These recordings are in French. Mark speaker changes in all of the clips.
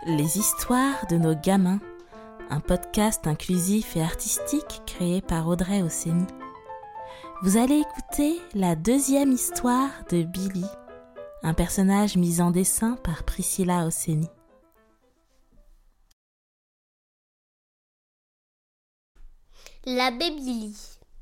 Speaker 1: Les histoires de nos gamins, un podcast inclusif et artistique créé par Audrey Ossény. Vous allez écouter la deuxième histoire de Billy, un personnage mis en dessin par Priscilla Ossény.
Speaker 2: L'abbé Billy.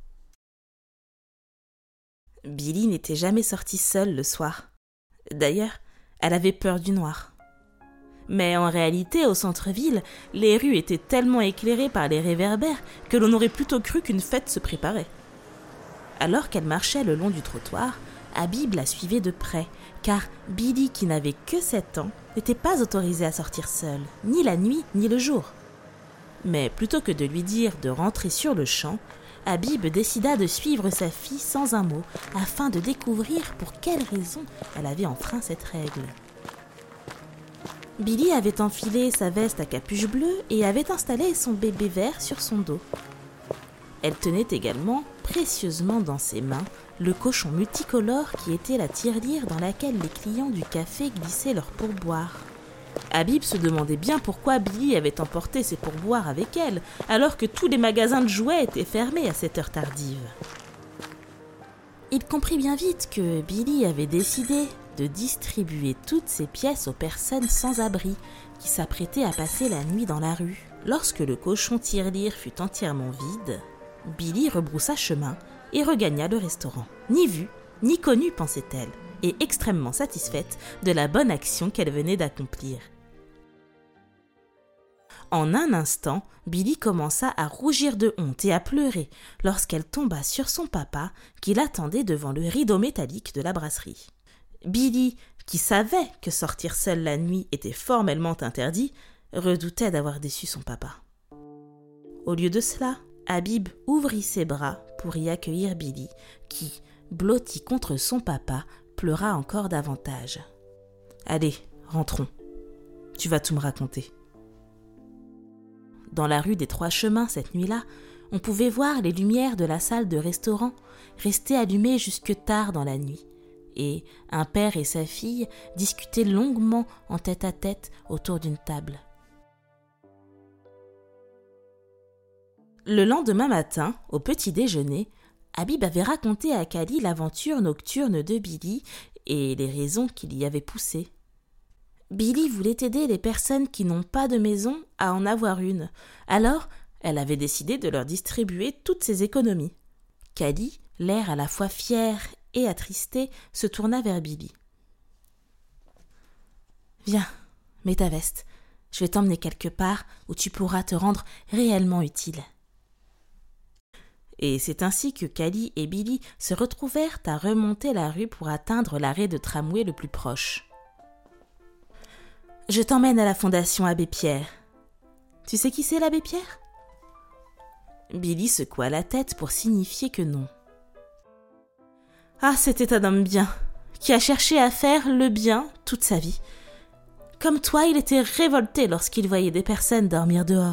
Speaker 1: Billy n'était jamais sortie seule le soir. D'ailleurs, elle avait peur du noir. Mais en réalité, au centre-ville, les rues étaient tellement éclairées par les réverbères que l'on aurait plutôt cru qu'une fête se préparait. Alors qu'elle marchait le long du trottoir, Habib la suivait de près, car Billy, qui n'avait que 7 ans, n'était pas autorisée à sortir seule, ni la nuit, ni le jour. Mais plutôt que de lui dire de rentrer sur le champ, Habib décida de suivre sa fille sans un mot, afin de découvrir pour quelle raison elle avait enfreint cette règle. Billy avait enfilé sa veste à capuche bleue et avait installé son bébé vert sur son dos. Elle tenait également, précieusement dans ses mains, le cochon multicolore qui était la tirelire dans laquelle les clients du café glissaient leurs pourboires. Habib se demandait bien pourquoi Billy avait emporté ses pourboires avec elle, alors que tous les magasins de jouets étaient fermés à cette heure tardive. Il comprit bien vite que Billy avait décidé de distribuer toutes ces pièces aux personnes sans abri qui s'apprêtaient à passer la nuit dans la rue. Lorsque le cochon tirelire fut entièrement vide, Billy rebroussa chemin et regagna le restaurant. Ni vue, ni connue, pensait-elle, et extrêmement satisfaite de la bonne action qu'elle venait d'accomplir. En un instant, Billy commença à rougir de honte et à pleurer lorsqu'elle tomba sur son papa qui l'attendait devant le rideau métallique de la brasserie. Billy, qui savait que sortir seule la nuit était formellement interdit, redoutait d'avoir déçu son papa. Au lieu de cela, Habib ouvrit ses bras pour y accueillir Billy, qui, blotti contre son papa, pleura encore davantage. « Allez, rentrons. Tu vas tout me raconter. » Dans la rue des Trois Chemins, cette nuit-là, on pouvait voir les lumières de la salle de restaurant rester allumées jusque tard dans la nuit, et un père et sa fille discutaient longuement en tête-à-tête autour d'une table. Le lendemain matin, au petit déjeuner, Habib avait raconté à Kali l'aventure nocturne de Billy et les raisons qui l'y avaient poussé. Billy voulait aider les personnes qui n'ont pas de maison à en avoir une, alors elle avait décidé de leur distribuer toutes ses économies. Kali, l'air à la fois fier et attristé, se tourna vers Billy. « Viens, mets ta veste, je vais t'emmener quelque part où tu pourras te rendre réellement utile. » Et c'est ainsi que Kali et Billy se retrouvèrent à remonter la rue pour atteindre l'arrêt de tramway le plus proche. « Je t'emmène à la Fondation Abbé Pierre. Tu sais qui c'est l'abbé Pierre ?» Billy secoua la tête pour signifier que non. « Ah, c'était un homme bien, qui a cherché à faire le bien toute sa vie. Comme toi, il était révolté lorsqu'il voyait des personnes dormir dehors. »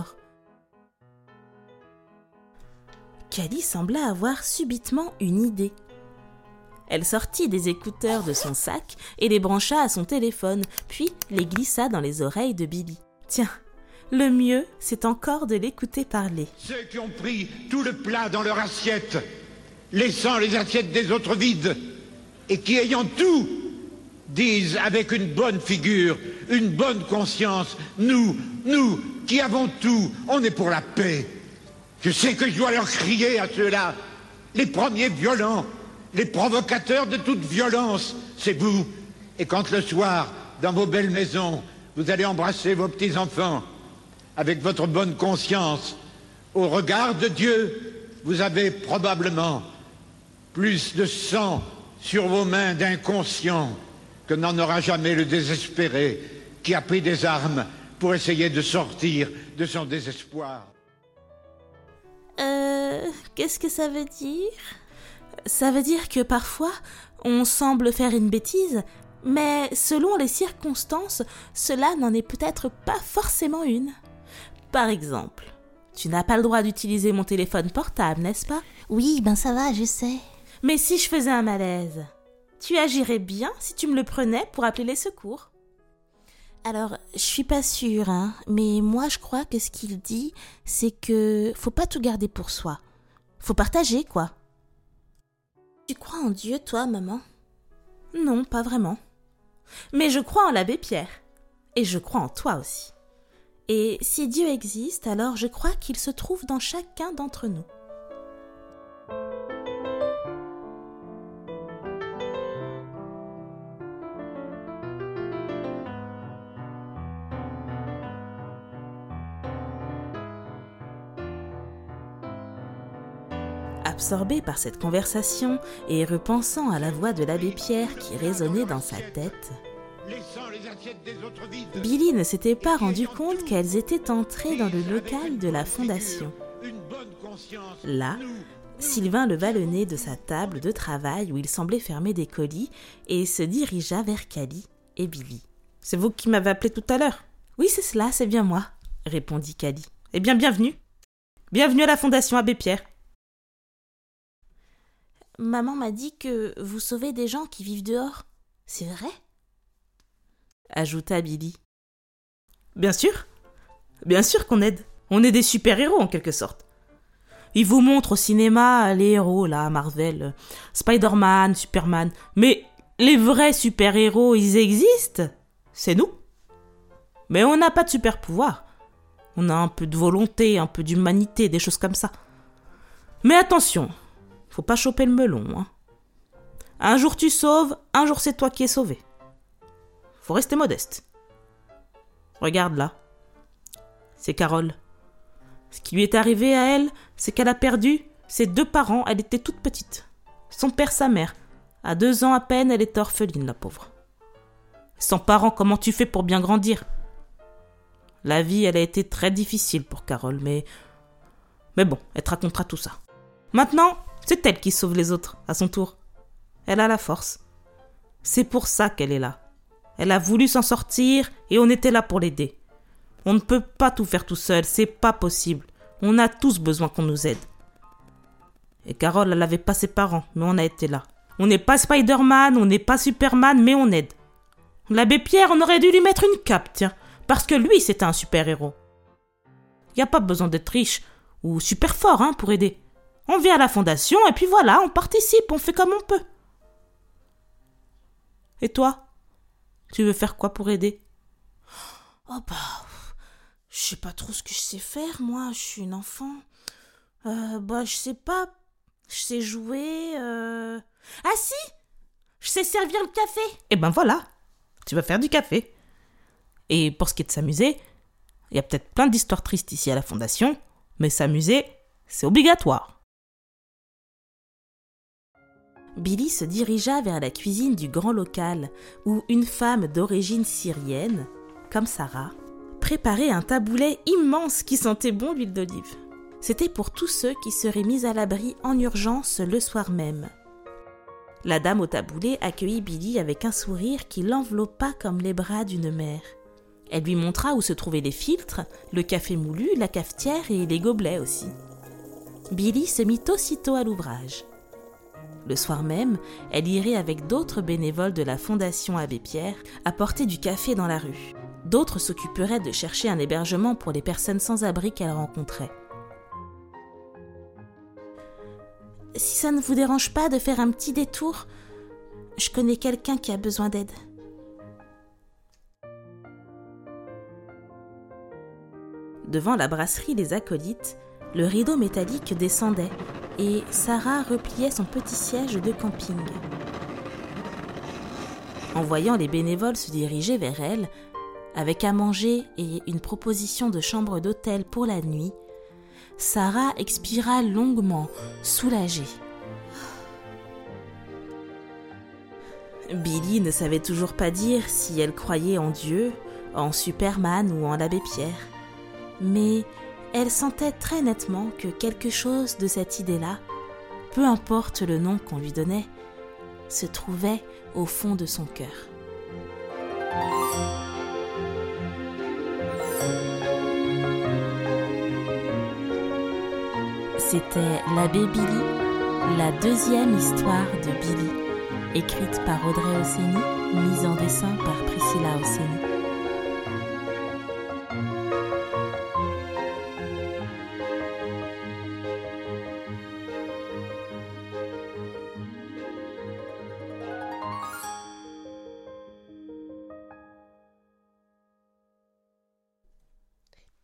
Speaker 1: Kali sembla avoir subitement une idée. Elle sortit des écouteurs de son sac et les brancha à son téléphone, puis les glissa dans les oreilles de Billy. « Tiens, le mieux, c'est encore de l'écouter parler. »
Speaker 3: Ceux qui ont pris tout le plat dans leur assiette, laissant les assiettes des autres vides, et qui, ayant tout, disent avec une bonne figure, une bonne conscience, nous, qui avons tout, on est pour la paix. Je sais que je dois leur crier à ceux-là, les premiers violents, les provocateurs de toute violence, c'est vous. Et quand le soir, dans vos belles maisons, vous allez embrasser vos petits-enfants, avec votre bonne conscience, au regard de Dieu, vous avez probablement plus de sang sur vos mains d'inconscients que n'en aura jamais le désespéré qui a pris des armes pour essayer de sortir de son désespoir.
Speaker 1: Qu'est-ce que ça veut dire ? Ça veut dire que parfois, on semble faire une bêtise, mais selon les circonstances, cela n'en est peut-être pas forcément une. Par exemple, tu n'as pas le droit d'utiliser mon téléphone portable, n'est-ce pas ?
Speaker 2: Oui, ça va, je sais.
Speaker 1: Mais si je faisais un malaise, tu agirais bien si tu me le prenais pour appeler les secours. Alors, je suis pas sûre, hein, mais moi je crois que ce qu'il dit, c'est que faut pas tout garder pour soi. Faut partager, quoi. Tu crois en Dieu, toi, maman ? Non, pas vraiment. Mais je crois en l'abbé Pierre. Et je crois en toi aussi. Et si Dieu existe, alors je crois qu'il se trouve dans chacun d'entre nous. Absorbé par cette conversation et repensant à la voix de l'abbé Pierre qui résonnait dans sa tête, Billy ne s'était pas rendu compte qu'elles étaient entrées dans le local de la fondation. Là, Sylvain leva le nez de sa table de travail où il semblait fermer des colis et se dirigea vers Cali et Billy. « C'est vous qui m'avez appelé tout à l'heure ?»« Oui, c'est cela, c'est bien moi, » répondit Cali. « Eh bien, bienvenue. Bienvenue à la fondation Abbé Pierre. » Maman m'a dit que vous sauvez des gens qui vivent dehors. C'est vrai ? Ajouta Billy. Bien sûr qu'on aide. On est des super-héros en quelque sorte. Ils vous montrent au cinéma les héros, là, Marvel, Spider-Man, Superman. Mais les vrais super-héros, ils existent. C'est nous. Mais on n'a pas de super-pouvoir. On a un peu de volonté, un peu d'humanité, des choses comme ça. Mais attention, faut pas choper le melon, hein. Un jour tu sauves, un jour c'est toi qui es sauvé. Faut rester modeste. Regarde là. C'est Carole. Ce qui lui est arrivé à elle, c'est qu'elle a perdu ses 2 parents, elle était toute petite. Son père, sa mère. À 2 ans à peine, elle était orpheline, la pauvre. Sans parents, comment tu fais pour bien grandir ? La vie, elle a été très difficile pour Carole, mais bon, elle te racontera tout ça. Maintenant, c'est elle qui sauve les autres, à son tour. Elle a la force. C'est pour ça qu'elle est là. Elle a voulu s'en sortir et on était là pour l'aider. On ne peut pas tout faire tout seul, c'est pas possible. On a tous besoin qu'on nous aide. Et Carole, elle n'avait pas ses parents, mais on a été là. On n'est pas Spider-Man, on n'est pas Superman, mais on aide. L'abbé Pierre, on aurait dû lui mettre une cape, tiens, parce que lui, c'était un super-héros. Il n'y a pas besoin d'être riche ou super fort, hein, pour aider. On vient à la fondation et puis voilà, on participe, on fait comme on peut. Et toi ? Tu veux faire quoi pour aider ? Oh je sais pas trop ce que je sais faire, moi, je suis une enfant. Je sais pas, je sais jouer, Ah si ! Je sais servir le café. Eh ben voilà, tu vas faire du café. Et pour ce qui est de s'amuser, il y a peut-être plein d'histoires tristes ici à la fondation, mais s'amuser, c'est obligatoire. Billy se dirigea vers la cuisine du grand local où une femme d'origine syrienne, comme Sarah, préparait un taboulet immense qui sentait bon l'huile d'olive. C'était pour tous ceux qui seraient mis à l'abri en urgence le soir même. La dame au taboulet accueillit Billy avec un sourire qui l'enveloppa comme les bras d'une mère. Elle lui montra où se trouvaient les filtres, le café moulu, la cafetière et les gobelets aussi. Billy se mit aussitôt à l'ouvrage. Le soir même, elle irait avec d'autres bénévoles de la Fondation Abbé Pierre apporter du café dans la rue. D'autres s'occuperaient de chercher un hébergement pour les personnes sans abri qu'elle rencontrait. Si ça ne vous dérange pas de faire un petit détour, je connais quelqu'un qui a besoin d'aide. Devant la brasserie Les Acolytes, le rideau métallique descendait et Sarah repliait son petit siège de camping. En voyant les bénévoles se diriger vers elle, avec à manger et une proposition de chambre d'hôtel pour la nuit, Sarah expira longuement, soulagée. Billy ne savait toujours pas dire si elle croyait en Dieu, en Superman ou en l'abbé Pierre. Mais elle sentait très nettement que quelque chose de cette idée-là, peu importe le nom qu'on lui donnait, se trouvait au fond de son cœur. C'était l'abbé Billy, la deuxième histoire de Billy, écrite par Audrey Ossény, mise en dessin par Priscilla Ossény.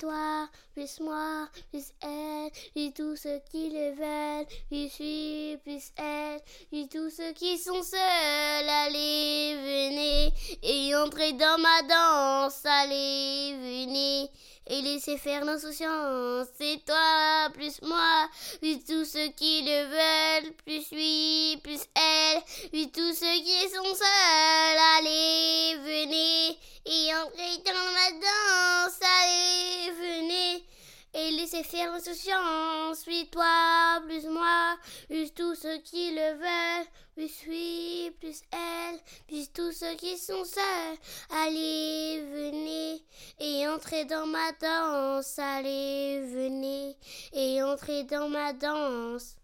Speaker 2: toi, plus moi, plus elle, puis tous ceux qui le veulent, puis suis, plus elle, puis tous ceux qui sont seuls, allez, venez, et entrez dans ma danse, allez, venez, et laissez faire l'insouciance, c'est toi, plus moi, puis tous ceux qui le veulent, plus lui, plus elle, puis tous ceux qui sont seuls, allez, venez, et entrez dans ma danse, allez, venez, et laissez faire l'insouciance, puis toi, plus moi, plus tous ceux qui le veulent, plus lui, plus elle, puis tous ceux qui sont seuls, allez, venez, et entrez dans ma danse, allez, venez, et entrez dans ma danse.